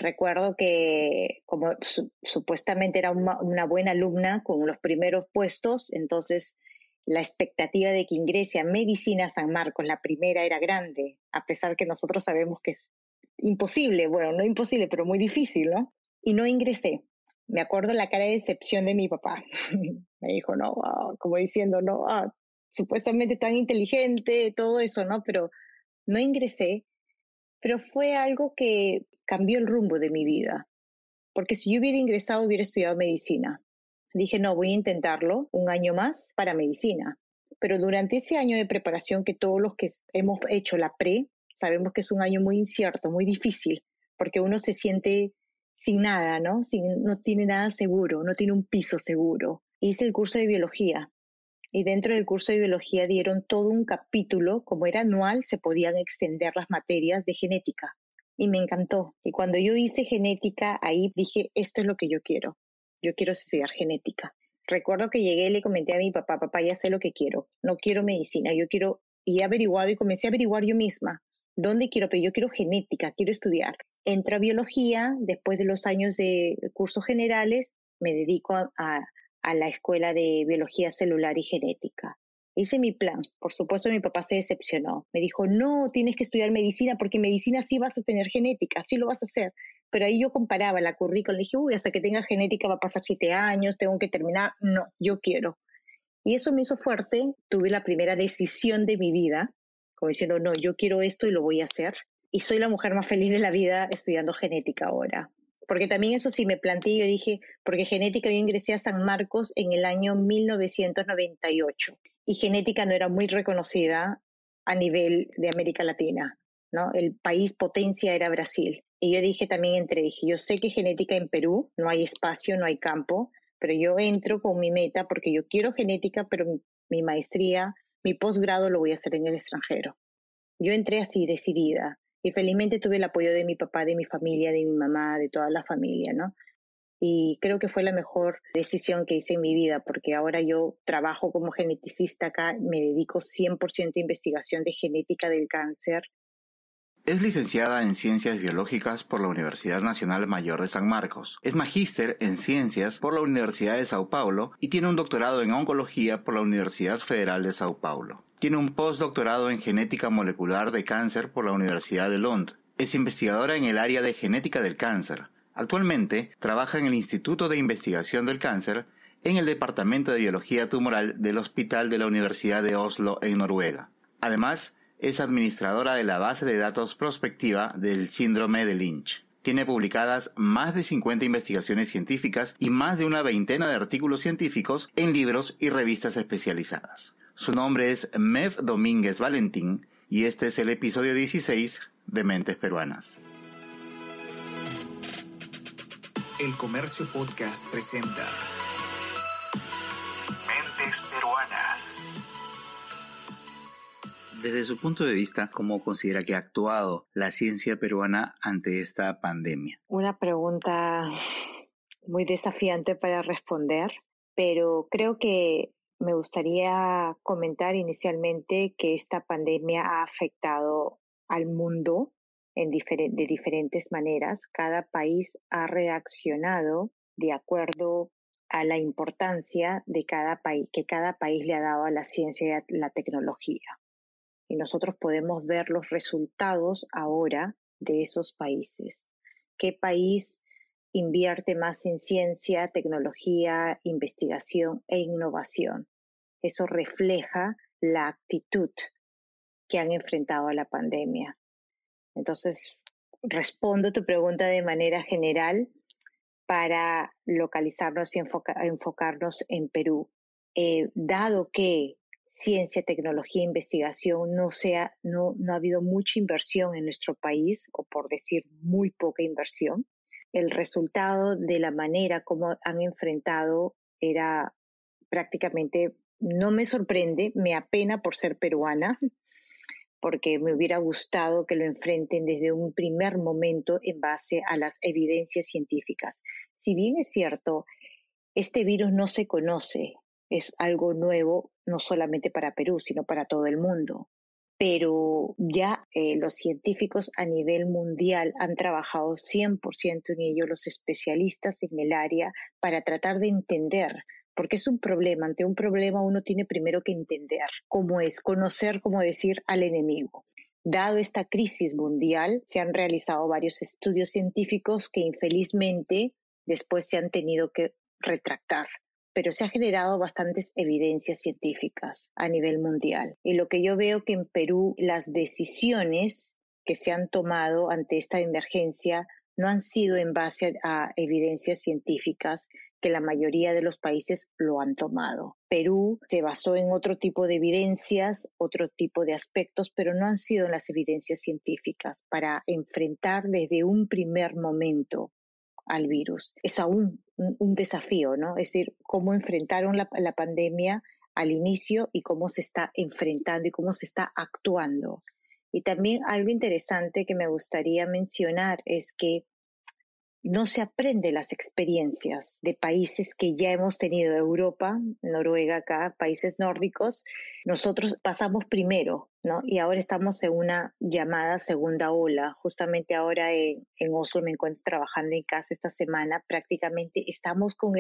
Recuerdo que como supuestamente era una buena alumna con los primeros puestos, entonces la expectativa de que ingrese a Medicina San Marcos, la primera, era grande, a pesar que nosotros sabemos que es imposible, bueno, no imposible, pero muy difícil, ¿no? Y no ingresé. Me acuerdo la cara de decepción de mi papá. Me dijo, no, como diciendo, no, supuestamente tan inteligente, todo eso, ¿no? Pero no ingresé, pero fue algo que cambió el rumbo de mi vida, porque si yo hubiera ingresado hubiera estudiado medicina. Dije, no, voy a intentarlo un año más para medicina, pero durante ese año de preparación, que todos los que hemos hecho la pre, sabemos que es un año muy incierto, muy difícil, porque uno se siente sin nada, ¿no? No tiene nada seguro, no tiene un piso seguro. Hice el curso de biología, y dentro del curso de biología dieron todo un capítulo, como era anual, se podían extender las materias de genética. Y me encantó. Y cuando yo hice genética, ahí dije, esto es lo que yo quiero. Yo quiero estudiar genética. Recuerdo que llegué y le comenté a mi papá, papá, ya sé lo que quiero. No quiero medicina, yo quiero... Y he averiguado y comencé a averiguar yo misma. ¿Dónde quiero? Pero yo quiero genética, quiero estudiar. Entro a biología, después de los años de cursos generales, me dedico a la escuela de biología celular y genética. Hice mi plan. Por supuesto, mi papá se decepcionó. Me dijo, no, tienes que estudiar medicina, porque en medicina sí vas a tener genética, sí lo vas a hacer. Pero ahí yo comparaba la currícula, le dije, uy, hasta que tenga genética va a pasar 7 años, tengo que terminar. No, yo quiero. Y eso me hizo fuerte. Tuve la primera decisión de mi vida, como diciendo, no, yo quiero esto y lo voy a hacer. Y soy la mujer más feliz de la vida estudiando genética ahora. Porque también eso sí me planteé, yo dije, porque genética yo ingresé a San Marcos en el año 1998 y genética no era muy reconocida a nivel de América Latina, ¿no? El país potencia era Brasil. Y yo dije también, dije, yo sé que genética en Perú no hay espacio, no hay campo, pero yo entro con mi meta porque yo quiero genética, pero mi maestría, mi posgrado lo voy a hacer en el extranjero. Yo entré así, decidida, y felizmente tuve el apoyo de mi papá, de mi familia, de mi mamá, de toda la familia, ¿no? Y creo que fue la mejor decisión que hice en mi vida, porque ahora yo trabajo como geneticista acá, me dedico 100% a investigación de genética del cáncer. Es licenciada en Ciencias Biológicas por la Universidad Nacional Mayor de San Marcos. Es magíster en Ciencias por la Universidad de Sao Paulo y tiene un doctorado en Oncología por la Universidad Federal de Sao Paulo. Tiene un postdoctorado en Genética Molecular de Cáncer por la Universidad de Lund. Es investigadora en el área de Genética del Cáncer. Actualmente trabaja en el Instituto de Investigación del Cáncer en el Departamento de Biología Tumoral del Hospital de la Universidad de Oslo en Noruega. Además, es administradora de la base de datos prospectiva del síndrome de Lynch. Tiene publicadas más de 50 investigaciones científicas y más de una veintena de artículos científicos en libros y revistas especializadas. Su nombre es Mev Domínguez Valentín y este es el episodio 16 de Mentes Peruanas. El Comercio Podcast presenta Mentes Peruanas. Desde su punto de vista, ¿cómo considera que ha actuado la ciencia peruana ante esta pandemia? Una pregunta muy desafiante para responder, pero creo que me gustaría comentar inicialmente que esta pandemia ha afectado al mundo de diferentes maneras. Cada país ha reaccionado de acuerdo a la importancia de cada país, que cada país le ha dado a la ciencia y a la tecnología. Y nosotros podemos ver los resultados ahora de esos países. ¿Qué país invierte más en ciencia, tecnología, investigación e innovación? Eso refleja la actitud que han enfrentado a la pandemia. Entonces, respondo tu pregunta de manera general para localizarnos y enfocarnos en Perú. Dado que ciencia, tecnología e investigación no ha habido mucha inversión en nuestro país, o por decir muy poca inversión, el resultado de la manera como han enfrentado era prácticamente, no me sorprende, me apena por ser peruana, porque me hubiera gustado que lo enfrenten desde un primer momento en base a las evidencias científicas. Si bien es cierto, este virus no se conoce, es algo nuevo no solamente para Perú, sino para todo el mundo. pero ya los científicos a nivel mundial han trabajado 100% en ello, los especialistas en el área, para tratar de entender, porque es un problema. Ante un problema uno tiene primero que entender cómo es, conocer, como decir, al enemigo. Dado esta crisis mundial, se han realizado varios estudios científicos que infelizmente después se han tenido que retractar, pero se ha generado bastantes evidencias científicas a nivel mundial. Y lo que yo veo que en Perú las decisiones que se han tomado ante esta emergencia no han sido en base a evidencias científicas que la mayoría de los países lo han tomado. Perú se basó en otro tipo de evidencias, otro tipo de aspectos, pero no han sido las evidencias científicas para enfrentar desde un primer momento al virus. Es aún un desafío, ¿no? Es decir, cómo enfrentaron la pandemia al inicio y cómo se está enfrentando y cómo se está actuando. Y también algo interesante que me gustaría mencionar es que no se aprende las experiencias de países que ya hemos tenido, Europa, Noruega acá, países nórdicos. Nosotros pasamos primero, ¿no? Y ahora estamos en una llamada segunda ola. Justamente ahora en Oslo me encuentro trabajando en casa esta semana. Prácticamente estamos con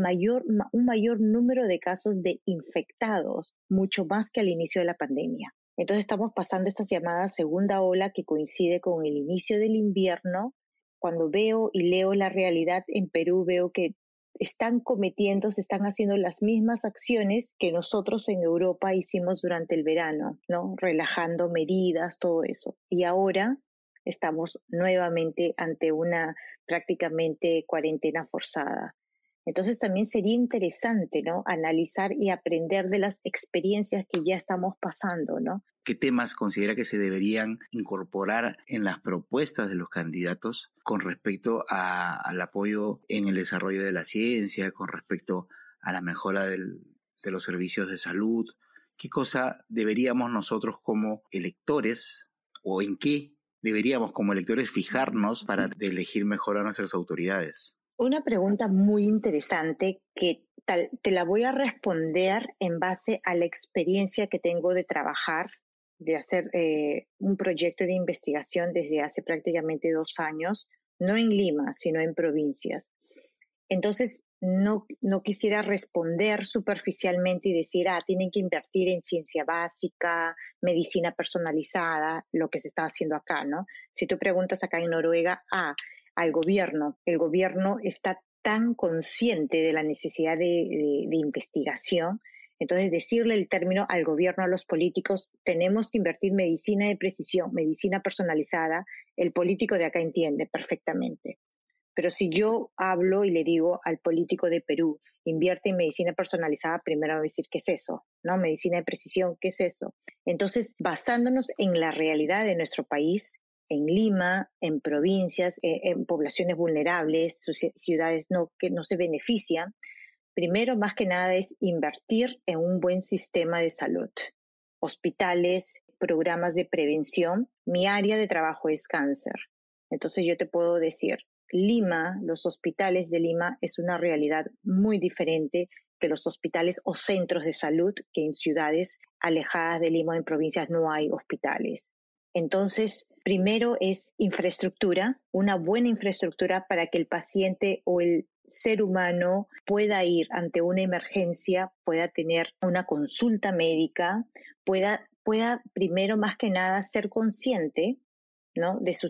un mayor número de casos de infectados, mucho más que al inicio de la pandemia. Entonces estamos pasando estas llamadas segunda ola que coincide con el inicio del invierno. Cuando veo y leo la realidad en Perú, veo que se están haciendo las mismas acciones que nosotros en Europa hicimos durante el verano, ¿no? Relajando medidas, todo eso. Y ahora estamos nuevamente ante una prácticamente cuarentena forzada. Entonces también sería interesante, ¿no? Analizar y aprender de las experiencias que ya estamos pasando, ¿no? ¿Qué temas considera que se deberían incorporar en las propuestas de los candidatos con respecto al apoyo en el desarrollo de la ciencia, con respecto a la mejora de los servicios de salud? ¿Qué cosa deberíamos nosotros como electores, o en qué deberíamos como electores fijarnos para elegir mejor a nuestras autoridades? Una pregunta muy interesante que te la voy a responder en base a la experiencia que tengo de trabajar, de hacer un proyecto de investigación desde hace prácticamente 2 años, no en Lima, sino en provincias. Entonces, no quisiera responder superficialmente y decir, tienen que invertir en ciencia básica, medicina personalizada, lo que se está haciendo acá, ¿no? Si tú preguntas acá en Noruega, al gobierno, el gobierno está tan consciente de la necesidad de investigación. Entonces, decirle el término al gobierno, a los políticos, tenemos que invertir medicina de precisión, medicina personalizada, el político de acá entiende perfectamente. Pero si yo hablo y le digo al político de Perú, invierte en medicina personalizada, primero va a decir, ¿qué es eso? ¿No? Medicina de precisión, ¿qué es eso? Entonces, basándonos en la realidad de nuestro país, en Lima, en provincias, en poblaciones vulnerables, ciudades que no se benefician, primero, más que nada, es invertir en un buen sistema de salud. Hospitales, programas de prevención. Mi área de trabajo es cáncer. Entonces yo te puedo decir, Lima, los hospitales de Lima es una realidad muy diferente que los hospitales o centros de salud, que en ciudades alejadas de Lima, en provincias, no hay hospitales. Entonces, primero es infraestructura, una buena infraestructura para que el paciente o el ser humano pueda ir ante una emergencia, pueda tener una consulta médica, pueda primero más que nada ser consciente, ¿no? de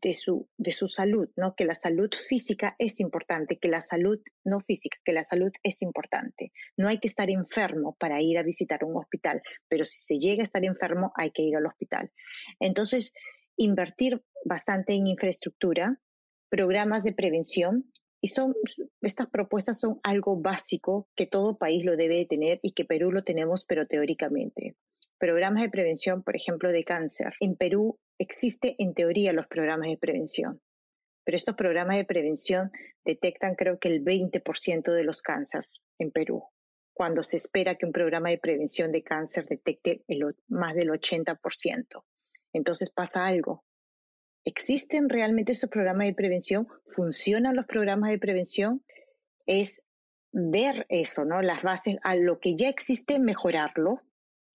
su salud, ¿no? Que la salud física es importante, que la salud no física, que la salud es importante. No hay que estar enfermo para ir a visitar un hospital, pero si se llega a estar enfermo hay que ir al hospital. Entonces, invertir bastante en infraestructura, programas de prevención, y estas propuestas son algo básico que todo país lo debe de tener y que Perú lo tenemos, pero teóricamente. Programas de prevención, por ejemplo, de cáncer. En Perú existe en teoría los programas de prevención, pero estos programas de prevención detectan creo que el 20% de los cánceres en Perú, cuando se espera que un programa de prevención de cáncer detecte más del 80%. Entonces pasa algo. ¿Existen realmente estos programas de prevención? ¿Funcionan los programas de prevención? Es ver eso, ¿no? Las bases, a lo que ya existe, mejorarlo,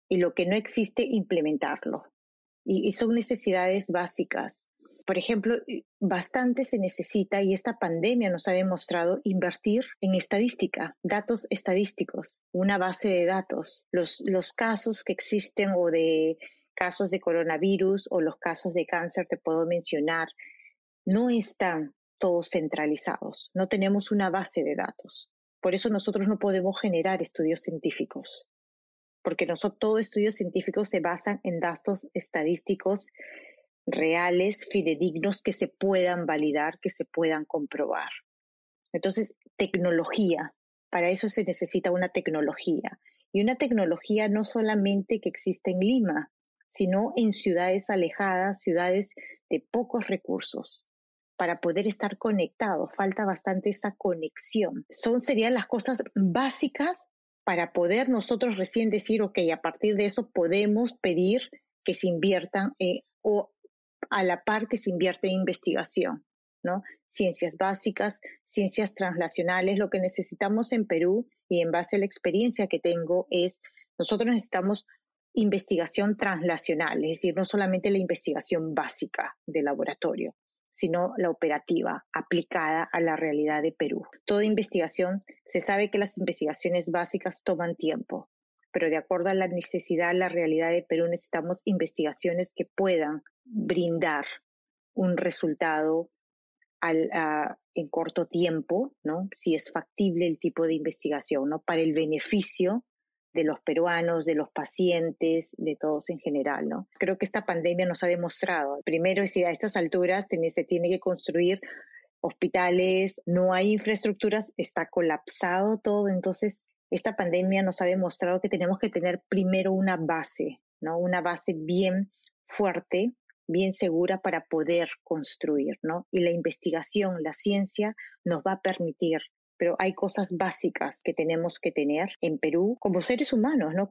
y lo que no existe, implementarlo. Y son necesidades básicas. Por ejemplo, bastante se necesita, y esta pandemia nos ha demostrado, invertir en estadística, datos estadísticos, una base de datos. Los casos que existen o de casos de coronavirus o los casos de cáncer, te puedo mencionar, no están todos centralizados, no tenemos una base de datos. Por eso nosotros no podemos generar estudios científicos, porque todo estudios científicos se basan en datos estadísticos reales, fidedignos, que se puedan validar, que se puedan comprobar. Entonces, tecnología, para eso se necesita una tecnología. Y una tecnología no solamente que existe en Lima, sino en ciudades alejadas, ciudades de pocos recursos, para poder estar conectados. Falta bastante esa conexión. Serían las cosas básicas para poder nosotros recién decir, ok, a partir de eso podemos pedir que se inviertan o a la par que se invierte en investigación, ¿no? Ciencias básicas, ciencias translacionales. Lo que necesitamos en Perú, y en base a la experiencia que tengo, nosotros necesitamos investigación translacional, es decir, no solamente la investigación básica de laboratorio, sino la operativa, aplicada a la realidad de Perú. Toda investigación, se sabe que las investigaciones básicas toman tiempo, pero de acuerdo a la necesidad, la realidad de Perú, necesitamos investigaciones que puedan brindar un resultado en corto tiempo, ¿no? Si es factible el tipo de investigación, ¿no? Para el beneficio de los peruanos, de los pacientes, de todos en general, ¿no? Creo que esta pandemia nos ha demostrado, primero, es decir, a estas alturas se tiene que construir hospitales, no hay infraestructuras, está colapsado todo. Entonces esta pandemia nos ha demostrado que tenemos que tener primero una base, ¿no? Una base bien fuerte, bien segura para poder construir, ¿no? Y la investigación, la ciencia nos va a permitir, pero hay cosas básicas que tenemos que tener en Perú como seres humanos, ¿no?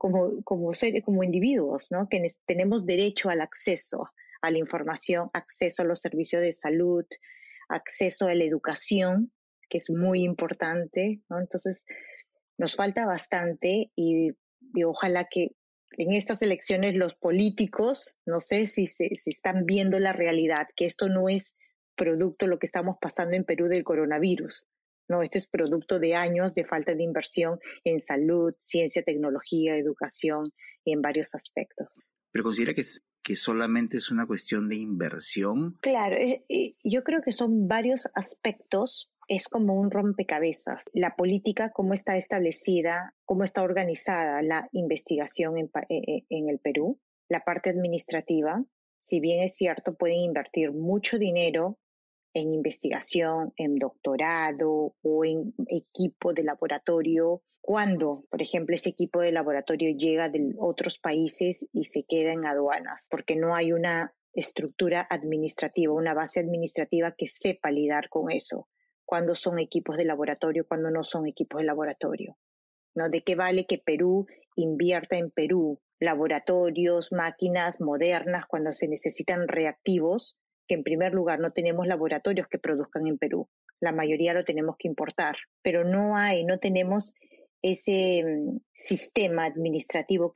Como individuos, ¿no? Que tenemos derecho al acceso a la información, acceso a los servicios de salud, acceso a la educación, que es muy importante, ¿no? Entonces, nos falta bastante y ojalá que en estas elecciones los políticos, no sé si están viendo la realidad, que esto no es producto de lo que estamos pasando en Perú del coronavirus. No, este es producto de años de falta de inversión en salud, ciencia, tecnología, educación y en varios aspectos. ¿Pero considera que solamente es una cuestión de inversión? Claro, yo creo que son varios aspectos. Es como un rompecabezas. La política, cómo está establecida, cómo está organizada la investigación en el Perú. La parte administrativa, si bien es cierto, pueden invertir mucho dinero en investigación, en doctorado o en equipo de laboratorio. Cuando, por ejemplo, ese equipo de laboratorio llega de otros países y se queda en aduanas, porque no hay una estructura administrativa, una base administrativa que sepa lidiar con eso. Cuándo son equipos de laboratorio, cuándo no son equipos de laboratorio, ¿no? ¿De qué vale que Perú invierta en Perú laboratorios, máquinas modernas cuando se necesitan reactivos, que en primer lugar no tenemos laboratorios que produzcan en Perú? La mayoría lo tenemos que importar, pero no tenemos ese sistema administrativo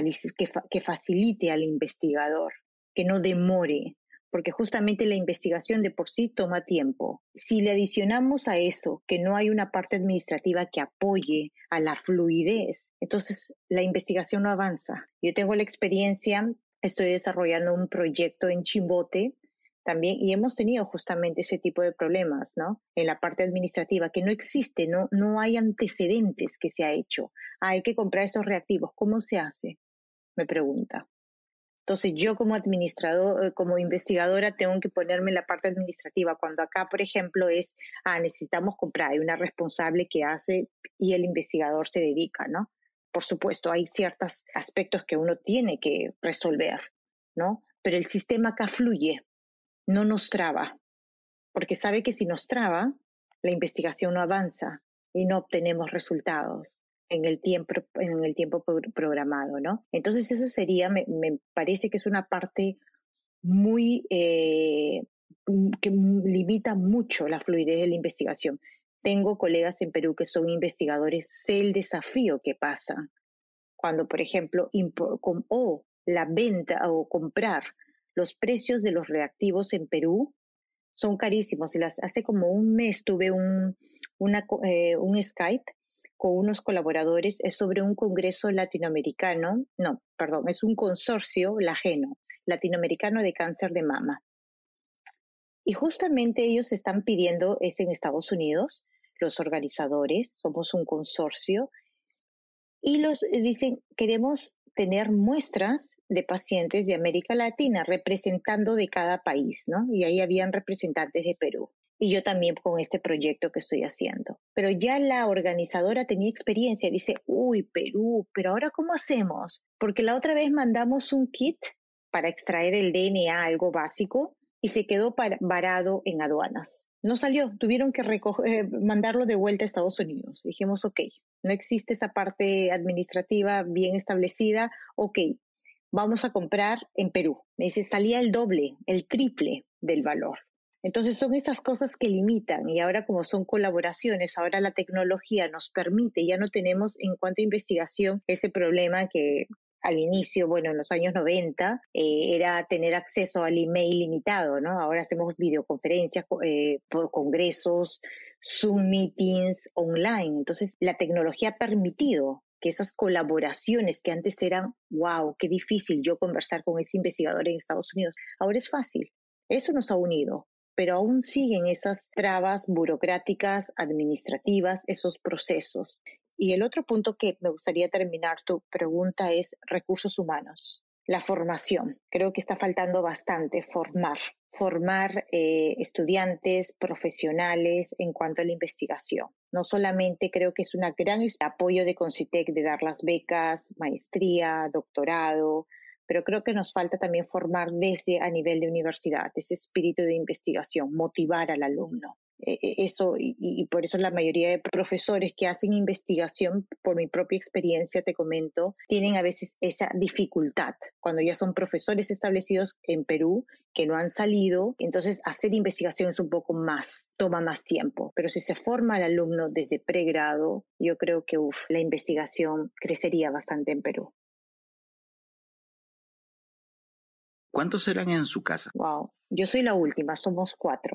que facilite al investigador, que no demore, porque justamente la investigación de por sí toma tiempo. Si le adicionamos a eso que no hay una parte administrativa que apoye a la fluidez, entonces la investigación no avanza. Yo tengo la experiencia, estoy desarrollando un proyecto en Chimbote también, y hemos tenido justamente ese tipo de problemas, ¿no? En la parte administrativa, que no existe, no hay antecedentes que se ha hecho. Hay que comprar estos reactivos. ¿Cómo se hace? Me pregunta. Entonces yo como administrador, como investigadora, tengo que ponerme en la parte administrativa, cuando acá, por ejemplo, necesitamos comprar, hay una responsable que hace y el investigador se dedica, ¿no? Por supuesto, hay ciertos aspectos que uno tiene que resolver, ¿no? Pero el sistema acá fluye, no nos traba, porque sabe que si nos traba, la investigación no avanza y no obtenemos resultados en el tiempo programado, ¿no? Entonces eso sería, me parece que es una parte muy que limita mucho la fluidez de la investigación. Tengo colegas en Perú que son investigadores, sé el desafío que pasan cuando, por ejemplo, o la venta o comprar los precios de los reactivos en Perú son carísimos. Hace como un mes tuve un Skype con unos colaboradores, es sobre un congreso latinoamericano, no, perdón, es un consorcio latinoamericano de cáncer de mama. Y justamente ellos están pidiendo, es en Estados Unidos, los organizadores, somos un consorcio, y dicen, queremos tener muestras de pacientes de América Latina representando de cada país, ¿no? Y ahí habían representantes de Perú. Y yo también con este proyecto que estoy haciendo. Pero ya la organizadora tenía experiencia, dice, uy, Perú, pero ahora ¿cómo hacemos? Porque la otra vez mandamos un kit para extraer el DNA, algo básico, y se quedó varado en aduanas. No salió, tuvieron que mandarlo de vuelta a Estados Unidos. Dijimos, ok, no existe esa parte administrativa bien establecida, ok, vamos a comprar en Perú. Me dice, salía el doble, el triple del valor. Entonces son esas cosas que limitan, y ahora como son colaboraciones, ahora la tecnología nos permite, ya no tenemos en cuanto a investigación ese problema que al inicio, bueno, en los años 90, era tener acceso al email limitado, ¿no? Ahora hacemos videoconferencias, por congresos, Zoom meetings online. Entonces, la tecnología ha permitido que esas colaboraciones que antes eran, wow, qué difícil yo conversar con ese investigador en Estados Unidos, ahora es fácil. Eso nos ha unido, pero aún siguen esas trabas burocráticas, administrativas, esos procesos. Y el otro punto que me gustaría terminar tu pregunta es recursos humanos, la formación. Creo que está faltando bastante formar estudiantes, profesionales en cuanto a la investigación. No solamente creo que es una gran apoyo de Concitec de dar las becas, maestría, doctorado, pero creo que nos falta también formar desde a nivel de universidad, ese espíritu de investigación, motivar al alumno. Eso, y por eso la mayoría de profesores que hacen investigación, por mi propia experiencia te comento, tienen a veces esa dificultad cuando ya son profesores establecidos en Perú que no han salido. Entonces hacer investigación es un poco más, toma más tiempo, pero si se forma al alumno desde pregrado, yo creo que la investigación crecería bastante en Perú. ¿Cuántos eran en su casa? Wow, yo soy la última, somos 4.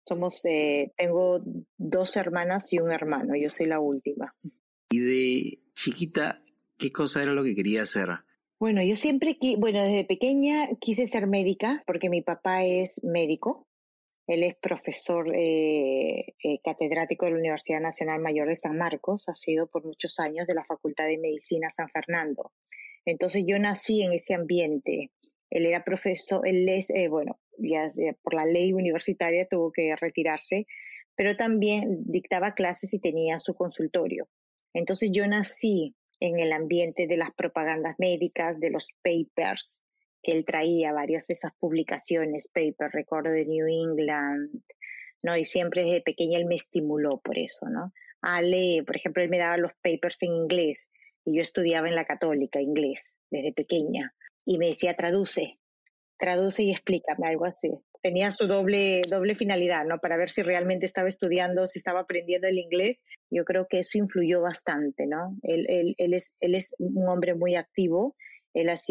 Tengo 2 hermanas y un hermano, yo soy la última. Y de chiquita, ¿qué cosa era lo que quería hacer? Bueno, yo siempre, desde pequeña quise ser médica porque mi papá es médico. Él es profesor catedrático de la Universidad Nacional Mayor de San Marcos, ha sido por muchos años de la Facultad de Medicina San Fernando. Entonces yo nací en ese ambiente. Él era profesor, él es, ya por la ley universitaria tuvo que retirarse, pero también dictaba clases y tenía su consultorio. Entonces yo nací en el ambiente de las propagandas médicas, de los papers, que él traía varias de esas publicaciones, papers, recuerdo de New England, ¿no? Y siempre desde pequeña él me estimuló por eso, ¿no? Por ejemplo, él me daba los papers en inglés y yo estudiaba en la Católica inglés desde pequeña y me decía traduce y explícame, algo así. Tenía su doble finalidad, ¿no? Para ver si realmente estaba estudiando, si estaba aprendiendo el inglés. Yo creo que eso influyó bastante, ¿no? Él es un hombre muy activo. Él es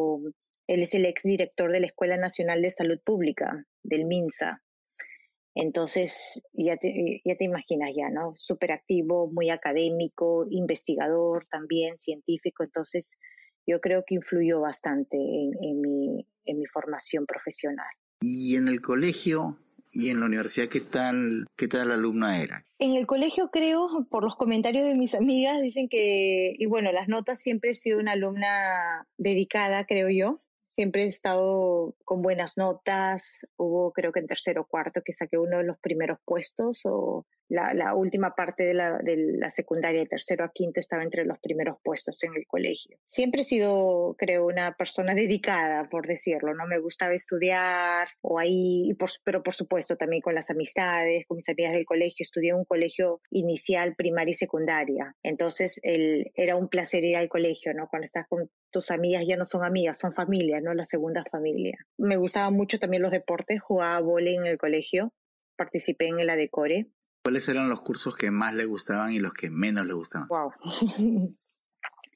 el exdirector de la Escuela Nacional de Salud Pública, del MINSA. Entonces, ya te imaginas ya, ¿no? Súper activo, muy académico, investigador también, científico. Entonces, yo creo que influyó bastante en mi formación profesional. ¿Y en el colegio y en la universidad qué tal alumna era? En el colegio creo, por los comentarios de mis amigas, dicen que, y bueno, las notas siempre he sido una alumna dedicada, creo yo. Siempre he estado con buenas notas. Hubo, creo que en tercero o cuarto, que saqué uno de los primeros puestos, o la última parte de la secundaria, de tercero a quinto, estaba entre los primeros puestos en el colegio. Siempre he sido, creo, una persona dedicada, por decirlo, ¿no? Me gustaba estudiar, pero por supuesto también con las amistades, con mis amigas del colegio. Estudié en un colegio inicial, primaria y secundaria. Entonces era un placer ir al colegio, ¿no? Cuando estás con tus amigas, ya no son amigas, son familia, ¿no? La segunda familia. Me gustaban mucho también los deportes, jugaba vóley en el colegio, participé en el ADECORE. ¿Cuáles eran los cursos que más le gustaban y los que menos le gustaban? Wow.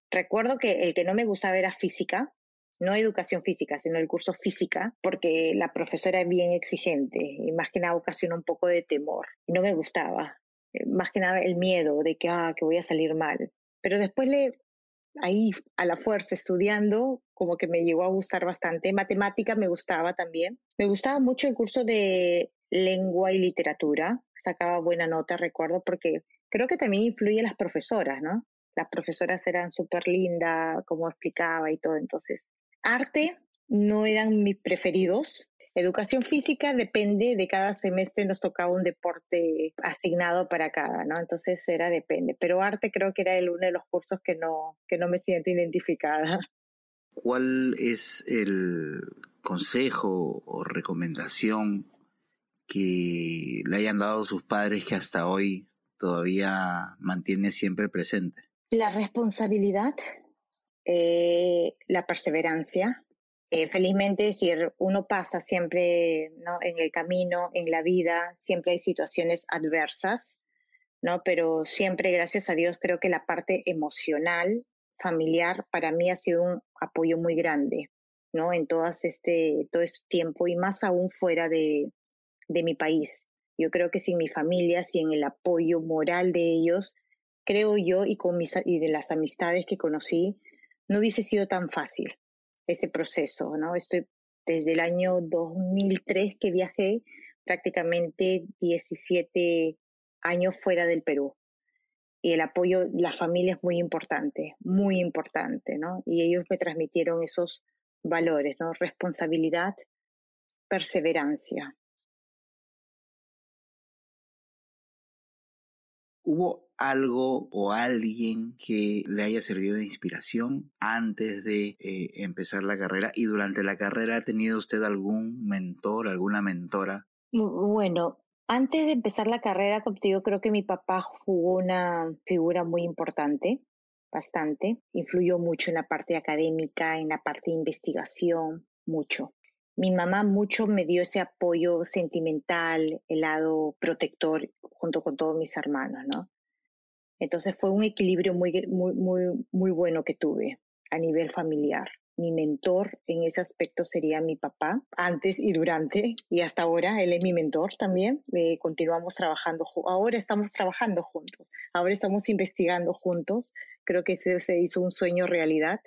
Recuerdo que el que no me gustaba era física, no educación física, sino el curso física, porque la profesora es bien exigente y más que nada ocasiona un poco de temor. Y no me gustaba, más que nada el miedo de que voy a salir mal. Pero después ahí a la fuerza estudiando, como que me llegó a gustar bastante. Matemática me gustaba también. Me gustaba mucho el curso de lengua y literatura. Sacaba buena nota, recuerdo, porque creo que también influye las profesoras, ¿no? Las profesoras eran súper lindas, como explicaba y todo. Entonces, arte no eran mis preferidos. Educación física depende de cada semestre, nos tocaba un deporte asignado para cada, ¿no? Entonces depende. Pero arte creo que era uno de los cursos que no me siento identificada. ¿Cuál es el consejo o recomendación que le hayan dado sus padres que hasta hoy todavía mantiene siempre presente? La responsabilidad, la perseverancia. Felizmente, si uno pasa siempre, ¿no?, en el camino, en la vida, siempre hay situaciones adversas, ¿no? Pero siempre, gracias a Dios, creo que la parte emocional, familiar, para mí ha sido un apoyo muy grande, ¿no? En todo este tiempo y más aún fuera de mi país. Yo creo que sin mi familia, sin el apoyo moral de ellos, creo yo, y de las amistades que conocí, no hubiese sido tan fácil ese proceso, ¿no? Estoy desde el año 2003 que viajé, prácticamente 17 años fuera del Perú. Y el apoyo, la familia es muy importante, ¿no? Y ellos me transmitieron esos valores, ¿no? Responsabilidad, perseverancia. ¿Hubo algo o alguien que le haya servido de inspiración antes de empezar la carrera? ¿Y durante la carrera ha tenido usted algún mentor, alguna mentora? Bueno, antes de empezar la carrera, como te digo, creo que mi papá jugó una figura muy importante, bastante. Influyó mucho en la parte académica, en la parte de investigación, mucho. Mi mamá mucho me dio ese apoyo sentimental, el lado protector, junto con todos mis hermanos, ¿no? Entonces fue un equilibrio muy bueno que tuve a nivel familiar. Mi mentor en ese aspecto sería mi papá, antes y durante, y hasta ahora él es mi mentor también. Continuamos trabajando, ahora estamos trabajando juntos, ahora estamos investigando juntos. Creo que se hizo un sueño realidad.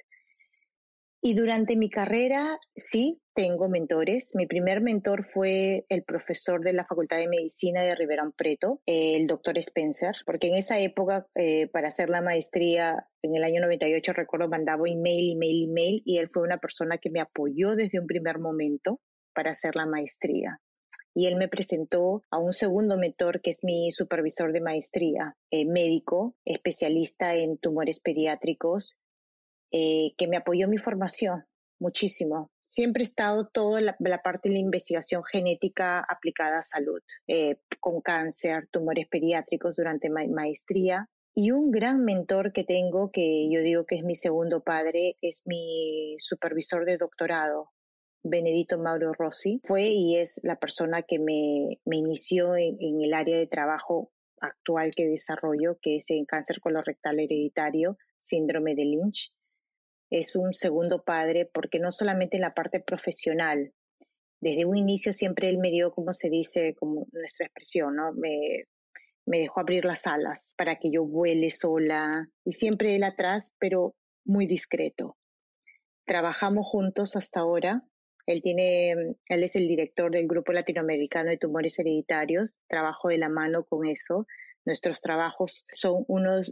Y durante mi carrera, sí, tengo mentores. Mi primer mentor fue el profesor de la Facultad de Medicina de Ribeirão Preto, el doctor Spencer, porque en esa época, para hacer la maestría, en el año 98, recuerdo, mandaba email, y él fue una persona que me apoyó desde un primer momento para hacer la maestría. Y él me presentó a un segundo mentor que es mi supervisor de maestría, médico, especialista en tumores pediátricos, que me apoyó en mi formación muchísimo. Siempre he estado toda la parte de la investigación genética aplicada a salud, con cáncer, tumores pediátricos durante maestría. Y un gran mentor que tengo, que yo digo que es mi segundo padre, es mi supervisor de doctorado, Benedito Mauro Rossi. Fue y es la persona que me inició en el área de trabajo actual que desarrollo, que es en cáncer colorectal hereditario, síndrome de Lynch. Es un segundo padre porque no solamente en la parte profesional, desde un inicio siempre él me dio, como se dice, como nuestra expresión, ¿no? Me dejó abrir las alas para que yo vuele sola y siempre él atrás, pero muy discreto. Trabajamos juntos hasta ahora. Él es el director del Grupo Latinoamericano de Tumores Hereditarios. Trabajo de la mano con eso. Nuestros trabajos son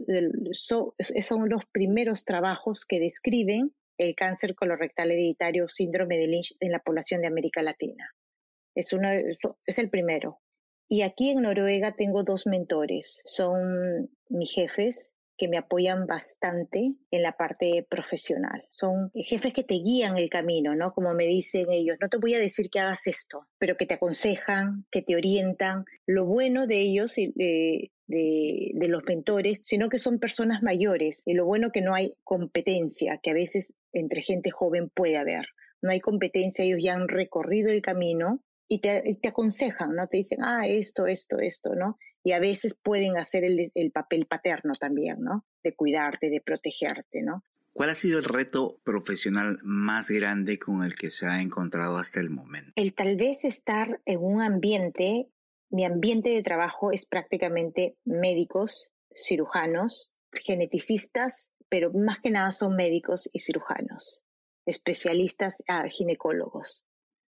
los primeros trabajos que describen el cáncer colorectal hereditario, síndrome de Lynch en la población de América Latina. Es el primero. Y aquí en Noruega tengo 2 mentores. Son mis jefes, que me apoyan bastante en la parte profesional. Son jefes que te guían el camino, ¿no? Como me dicen ellos, no te voy a decir que hagas esto, pero que te aconsejan, que te orientan. Lo bueno de ellos, de los mentores, sino que son personas mayores. Y lo bueno que no hay competencia, que a veces entre gente joven puede haber. No hay competencia, ellos ya han recorrido el camino y te aconsejan, ¿no? Te dicen, esto, ¿no? Y a veces pueden hacer el papel paterno también, ¿no? De cuidarte, de protegerte, ¿no? ¿Cuál ha sido el reto profesional más grande con el que se ha encontrado hasta el momento? El tal vez estar en un ambiente, mi ambiente de trabajo es prácticamente médicos, cirujanos, geneticistas, pero más que nada son médicos y cirujanos, especialistas, ginecólogos.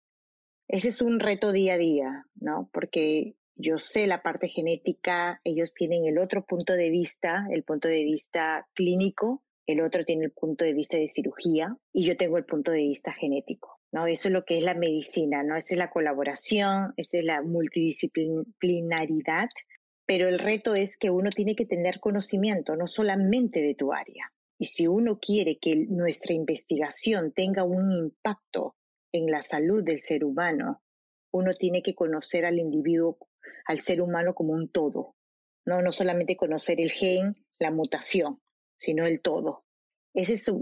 Ese es un reto día a día, ¿no? Porque yo sé la parte genética, ellos tienen el otro punto de vista, el punto de vista clínico, el otro tiene el punto de vista de cirugía y yo tengo el punto de vista genético, ¿no? Eso es lo que es la medicina, ¿no? Esa es la colaboración, esa es la multidisciplinaridad, pero el reto es que uno tiene que tener conocimiento, no solamente de tu área. Y si uno quiere que nuestra investigación tenga un impacto en la salud del ser humano, uno tiene que conocer al individuo, al ser humano como un todo, no solamente conocer el gen, la mutación, sino el todo. Ese es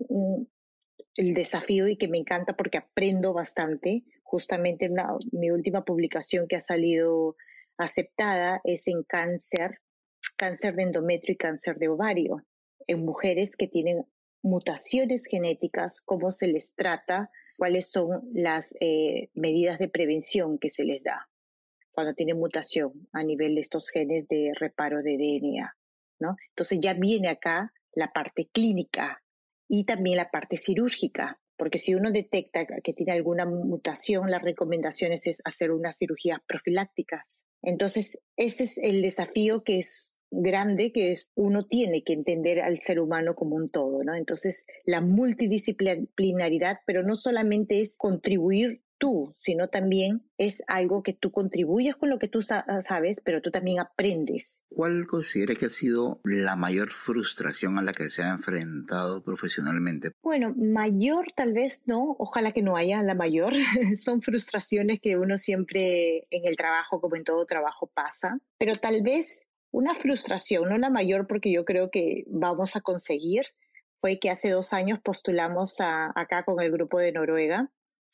el desafío y que me encanta porque aprendo bastante. Justamente mi última publicación que ha salido aceptada es en cáncer de endometrio y cáncer de ovario, en mujeres que tienen mutaciones genéticas, cómo se les trata, cuáles son las medidas de prevención que se les da cuando tienen mutación a nivel de estos genes de reparo de DNA, ¿no? Entonces ya viene acá la parte clínica y también la parte cirúrgica, porque si uno detecta que tiene alguna mutación, las recomendaciones es hacer unas cirugías profilácticas. Entonces ese es el desafío que es grande, que es uno tiene que entender al ser humano como un todo, ¿no? Entonces la multidisciplinaridad, pero no solamente es contribuir tú, sino también es algo que tú contribuyes con lo que tú sabes, pero tú también aprendes. ¿Cuál considera que ha sido la mayor frustración a la que se ha enfrentado profesionalmente? Bueno, mayor tal vez no, ojalá que no haya la mayor. Son frustraciones que uno siempre en el trabajo, como en todo trabajo, pasa, pero tal vez una frustración, no la mayor porque yo creo que vamos a conseguir, fue que hace 2 años postulamos acá con el grupo de Noruega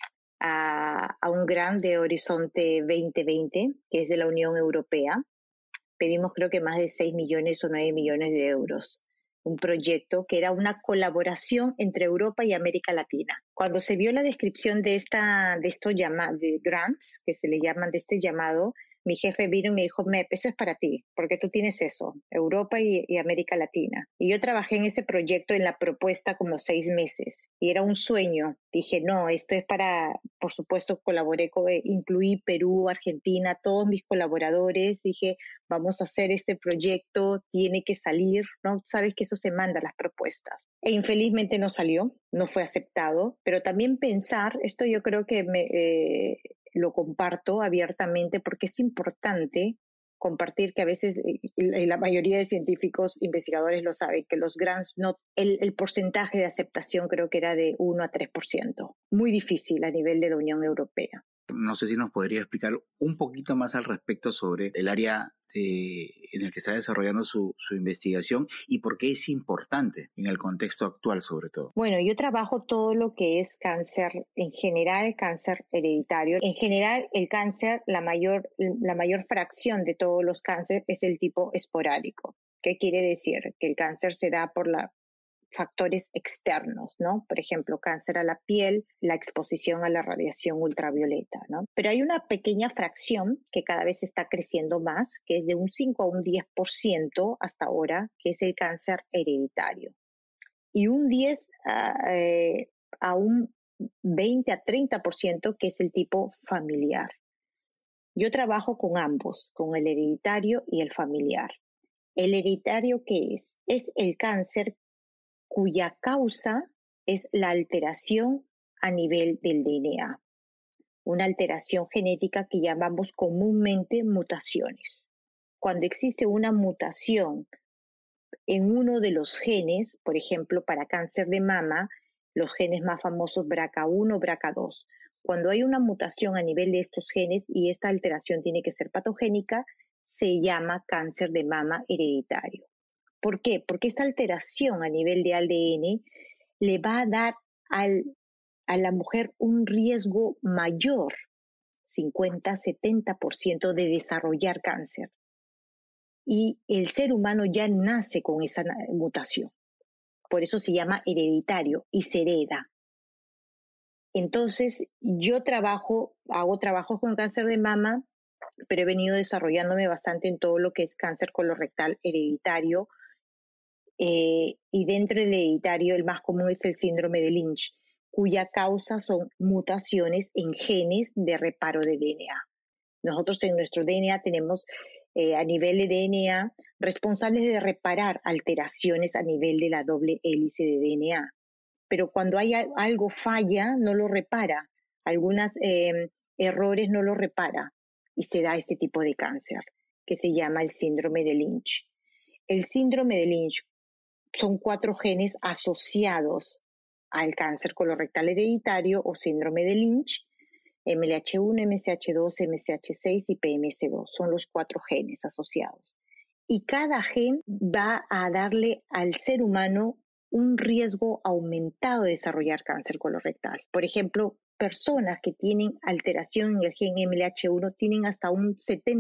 a un grant de Horizonte 2020, que es de la Unión Europea. Pedimos creo que más de 6 millones o 9 millones de euros. Un proyecto que era una colaboración entre Europa y América Latina. Cuando se vio la descripción de estos de grants, que se le llaman de este llamado, mi jefe vino y me dijo, Mep, eso es para ti, porque tú tienes eso, Europa y América Latina. Y yo trabajé en ese proyecto, en la propuesta, como 6 meses. Y era un sueño. Dije, no, esto es para, por supuesto, incluí Perú, Argentina, todos mis colaboradores. Dije, vamos a hacer este proyecto, tiene que salir, ¿no? Sabes que eso se manda las propuestas. E infelizmente no salió, no fue aceptado, pero también pensar, esto yo creo que lo comparto abiertamente porque es importante compartir que a veces, y la mayoría de científicos investigadores lo saben, que los grants, el porcentaje de aceptación creo que era de 1 a 3%. Muy difícil a nivel de la Unión Europea. No sé si nos podría explicar un poquito más al respecto sobre el área en el que está desarrollando su investigación y por qué es importante en el contexto actual sobre todo. Bueno, yo trabajo todo lo que es cáncer, en general cáncer hereditario. En general el cáncer, la mayor fracción de todos los cánceres es el tipo esporádico. ¿Qué quiere decir? Que el cáncer se da por factores externos, ¿no? Por ejemplo, cáncer a la piel, la exposición a la radiación ultravioleta, ¿no? Pero hay una pequeña fracción que cada vez está creciendo más, que es de un 5 a un 10% hasta ahora, que es el cáncer hereditario. Y un 10 a un 20 a 30% que es el tipo familiar. Yo trabajo con ambos, con el hereditario y el familiar. ¿El hereditario qué es? Es el cáncer cuya causa es la alteración a nivel del DNA, una alteración genética que llamamos comúnmente mutaciones. Cuando existe una mutación en uno de los genes, por ejemplo, para cáncer de mama, los genes más famosos BRCA1, BRCA2, cuando hay una mutación a nivel de estos genes y esta alteración tiene que ser patogénica, se llama cáncer de mama hereditario. ¿Por qué? Porque esta alteración a nivel de ADN le va a dar a la mujer un riesgo mayor, 50-70% de desarrollar cáncer. Y el ser humano ya nace con esa mutación. Por eso se llama hereditario y se hereda. Entonces, yo hago trabajos con cáncer de mama, pero he venido desarrollándome bastante en todo lo que es cáncer colorectal hereditario. Y dentro del hereditario, el más común es el síndrome de Lynch, cuya causa son mutaciones en genes de reparo de DNA. Nosotros en nuestro DNA tenemos a nivel de DNA responsables de reparar alteraciones a nivel de la doble hélice de DNA. Pero cuando hay algo falla, no lo repara. Algunos errores no lo repara y se da este tipo de cáncer que se llama el síndrome de Lynch. El síndrome de Lynch son 4 genes asociados al cáncer colorectal hereditario o síndrome de Lynch: MLH1, MSH2, MSH6 y PMS2. Son los 4 genes asociados. Y cada gen va a darle al ser humano un riesgo aumentado de desarrollar cáncer colorectal. Por ejemplo, personas que tienen alteración en el gen MLH1 tienen hasta un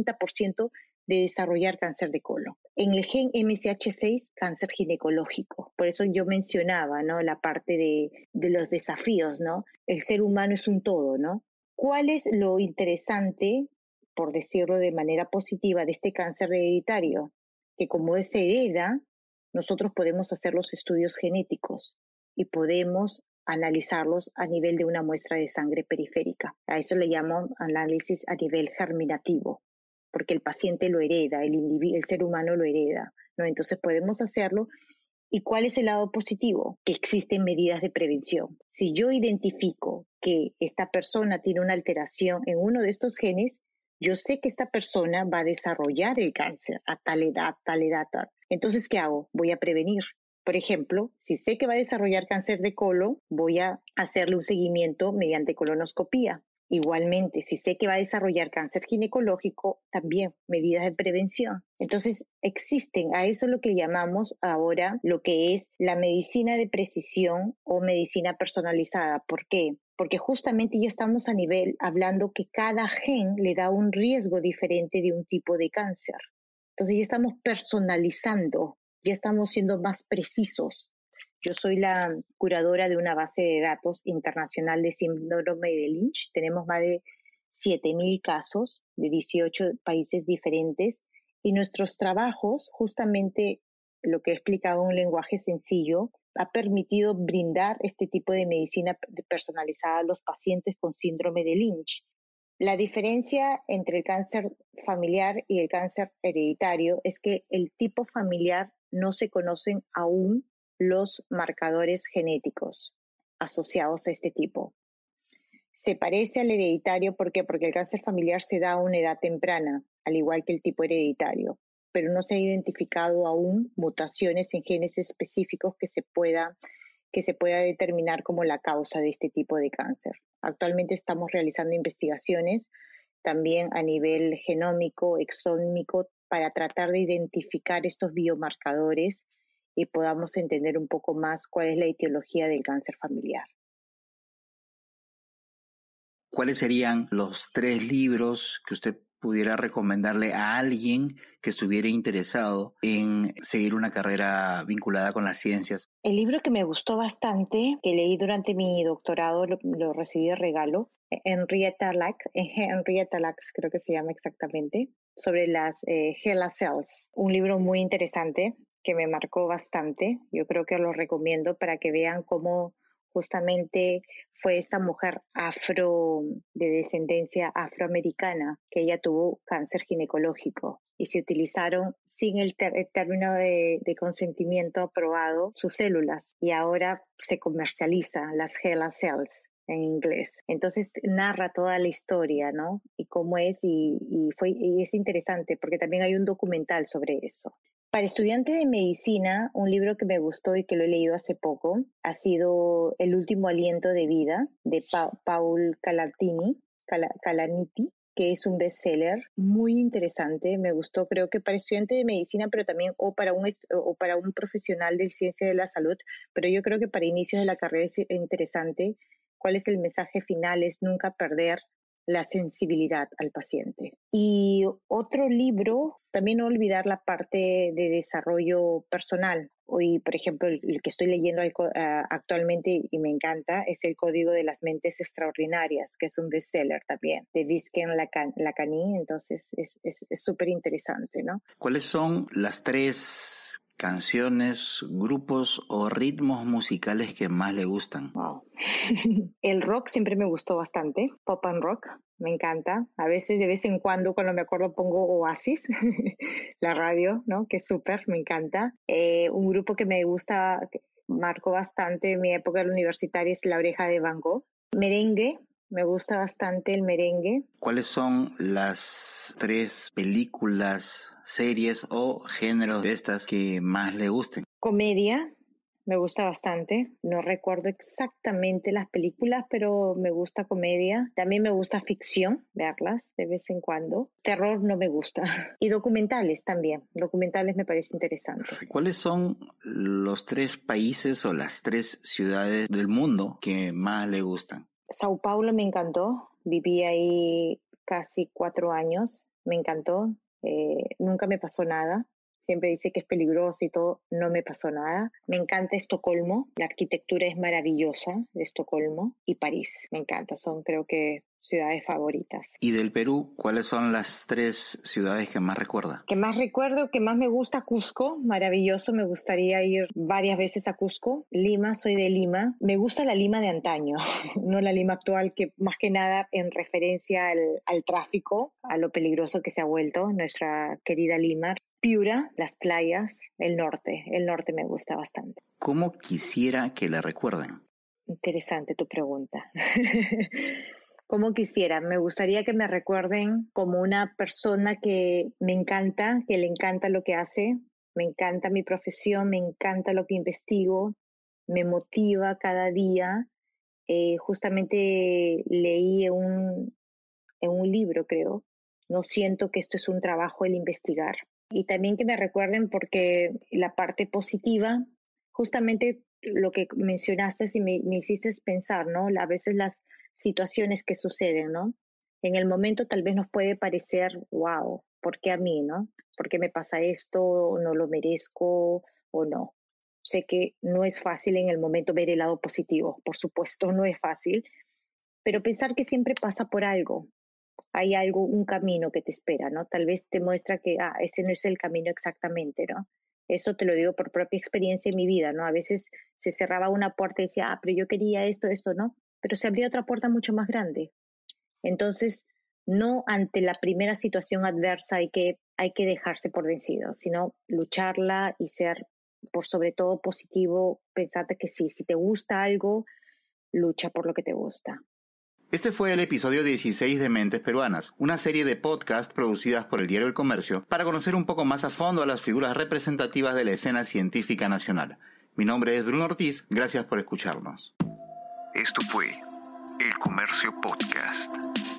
70% de desarrollar cáncer de colon. En el gen MSH6, cáncer ginecológico. Por eso yo mencionaba, ¿no?, la parte de los desafíos, ¿no? El ser humano es un todo, ¿no? ¿Cuál es lo interesante, por decirlo de manera positiva, de este cáncer hereditario? Que como se hereda, nosotros podemos hacer los estudios genéticos y podemos analizarlos a nivel de una muestra de sangre periférica. A eso le llaman análisis a nivel germinativo, porque el paciente lo hereda, el ser humano lo hereda, ¿no? Entonces podemos hacerlo. ¿Y cuál es el lado positivo? Que existen medidas de prevención. Si yo identifico que esta persona tiene una alteración en uno de estos genes, yo sé que esta persona va a desarrollar el cáncer a tal edad, tal edad, tal. Entonces, ¿qué hago? Voy a prevenir. Por ejemplo, si sé que va a desarrollar cáncer de colon, voy a hacerle un seguimiento mediante colonoscopía. Igualmente, si sé que va a desarrollar cáncer ginecológico, también medidas de prevención. Entonces, existen, a eso es lo que llamamos ahora lo que es la medicina de precisión o medicina personalizada. ¿Por qué? Porque justamente ya estamos a nivel hablando que cada gen le da un riesgo diferente de un tipo de cáncer. Entonces ya estamos personalizando, ya estamos siendo más precisos. Yo soy la curadora de una base de datos internacional de síndrome de Lynch. Tenemos más de 7,000 casos de 18 países diferentes y nuestros trabajos, justamente lo que he explicado en un lenguaje sencillo, ha permitido brindar este tipo de medicina personalizada a los pacientes con síndrome de Lynch. La diferencia entre el cáncer familiar y el cáncer hereditario es que el tipo familiar no se conocen aún los marcadores genéticos asociados a este tipo. Se parece al hereditario, ¿por qué? Porque el cáncer familiar se da a una edad temprana, al igual que el tipo hereditario, pero no se ha identificado aún mutaciones en genes específicos que se pueda determinar como la causa de este tipo de cáncer. Actualmente estamos realizando investigaciones también a nivel genómico, exómico, para tratar de identificar estos biomarcadores y podamos entender un poco más cuál es la etiología del cáncer familiar. ¿Cuáles serían los 3 libros que usted pudiera recomendarle a alguien que estuviera interesado en seguir una carrera vinculada con las ciencias? El libro que me gustó bastante, que leí durante mi doctorado, lo recibí de regalo, Henrietta Lacks creo que se llama exactamente, sobre las HeLa cells. Un libro muy interesante que me marcó bastante. Yo creo que lo recomiendo para que vean cómo justamente fue esta mujer de descendencia afroamericana, que ella tuvo cáncer ginecológico y se utilizaron sin el término de consentimiento aprobado sus células y ahora se comercializan las HeLa cells en inglés. Entonces narra toda la historia, ¿no? Y cómo es y es interesante porque también hay un documental sobre eso. Para estudiantes de medicina, un libro que me gustó y que lo he leído hace poco ha sido El último aliento de vida de Paul Kalanithi, que es un bestseller muy interesante. Me gustó, creo que para estudiantes de medicina, pero también o para un profesional de ciencia de la salud, pero yo creo que para inicios de la carrera es interesante. ¿Cuál es el mensaje final? Es nunca perder la sensibilidad al paciente. Y otro libro, también no olvidar la parte de desarrollo personal. Hoy, por ejemplo, el que estoy leyendo actualmente y me encanta es El Código de las Mentes Extraordinarias, que es un bestseller también, de Vishen-Lakhiani, entonces es súper interesante, ¿no? ¿Cuáles son las 3 canciones, grupos o ritmos musicales que más le gustan? Wow. El rock siempre me gustó bastante, pop and rock, me encanta. A veces, de vez en cuando me acuerdo, pongo Oasis, la radio, ¿no? Que es súper, me encanta. Un grupo que me gusta, que marcó bastante mi época universitaria, es La Oreja de Van Gogh. Merengue, me gusta bastante el merengue. ¿Cuáles son las 3 películas, series o géneros de estas que más le gusten? Comedia, me gusta bastante. No recuerdo exactamente las películas, pero me gusta comedia. También me gusta ficción, verlas de vez en cuando. Terror no me gusta. Y documentales también. Documentales me parece interesante. ¿Cuáles son los 3 países o las 3 ciudades del mundo que más le gustan? Sao Paulo me encantó. Viví ahí casi 4 años. Me encantó. Nunca me pasó nada. Siempre dice que es peligroso y todo, no me pasó nada. Me encanta Estocolmo, la arquitectura es maravillosa de Estocolmo, y París, me encanta, son creo que ciudades favoritas. ¿Y del Perú, cuáles son las 3 ciudades que más recuerda? Que más recuerdo, que más me gusta, Cusco, maravilloso, me gustaría ir varias veces a Cusco. Lima, soy de Lima, me gusta la Lima de antaño, no la Lima actual, que más que nada en referencia al tráfico, a lo peligroso que se ha vuelto nuestra querida Lima. Piura, las playas, el norte me gusta bastante. ¿Cómo quisiera que la recuerden? Interesante tu pregunta. Como quisiera, me gustaría que me recuerden como una persona que me encanta, que le encanta lo que hace, me encanta mi profesión, me encanta lo que investigo, me motiva cada día. Justamente leí en un libro, creo, no siento que esto es un trabajo el investigar. Y también que me recuerden porque la parte positiva, justamente lo que mencionaste y me hiciste pensar, ¿no? A veces las situaciones que suceden, ¿no? En el momento tal vez nos puede parecer, wow, ¿por qué a mí, no? ¿Por qué me pasa esto? ¿No lo merezco o no? Sé que no es fácil en el momento ver el lado positivo, por supuesto, no es fácil, pero pensar que siempre pasa por algo. Hay algo, un camino que te espera, ¿no? Tal vez te muestra que, ese no es el camino exactamente, ¿no? Eso te lo digo por propia experiencia en mi vida, ¿no? A veces se cerraba una puerta y decía, pero yo quería esto, ¿no? Pero se abría otra puerta mucho más grande. Entonces, no ante la primera situación adversa hay que dejarse por vencido, sino lucharla y ser, por sobre todo, positivo, pensarte que sí, si te gusta algo, lucha por lo que te gusta. Este fue el episodio 16 de Mentes Peruanas, una serie de podcasts producidas por el diario El Comercio para conocer un poco más a fondo a las figuras representativas de la escena científica nacional. Mi nombre es Bruno Ortiz, gracias por escucharnos. Esto fue El Comercio Podcast.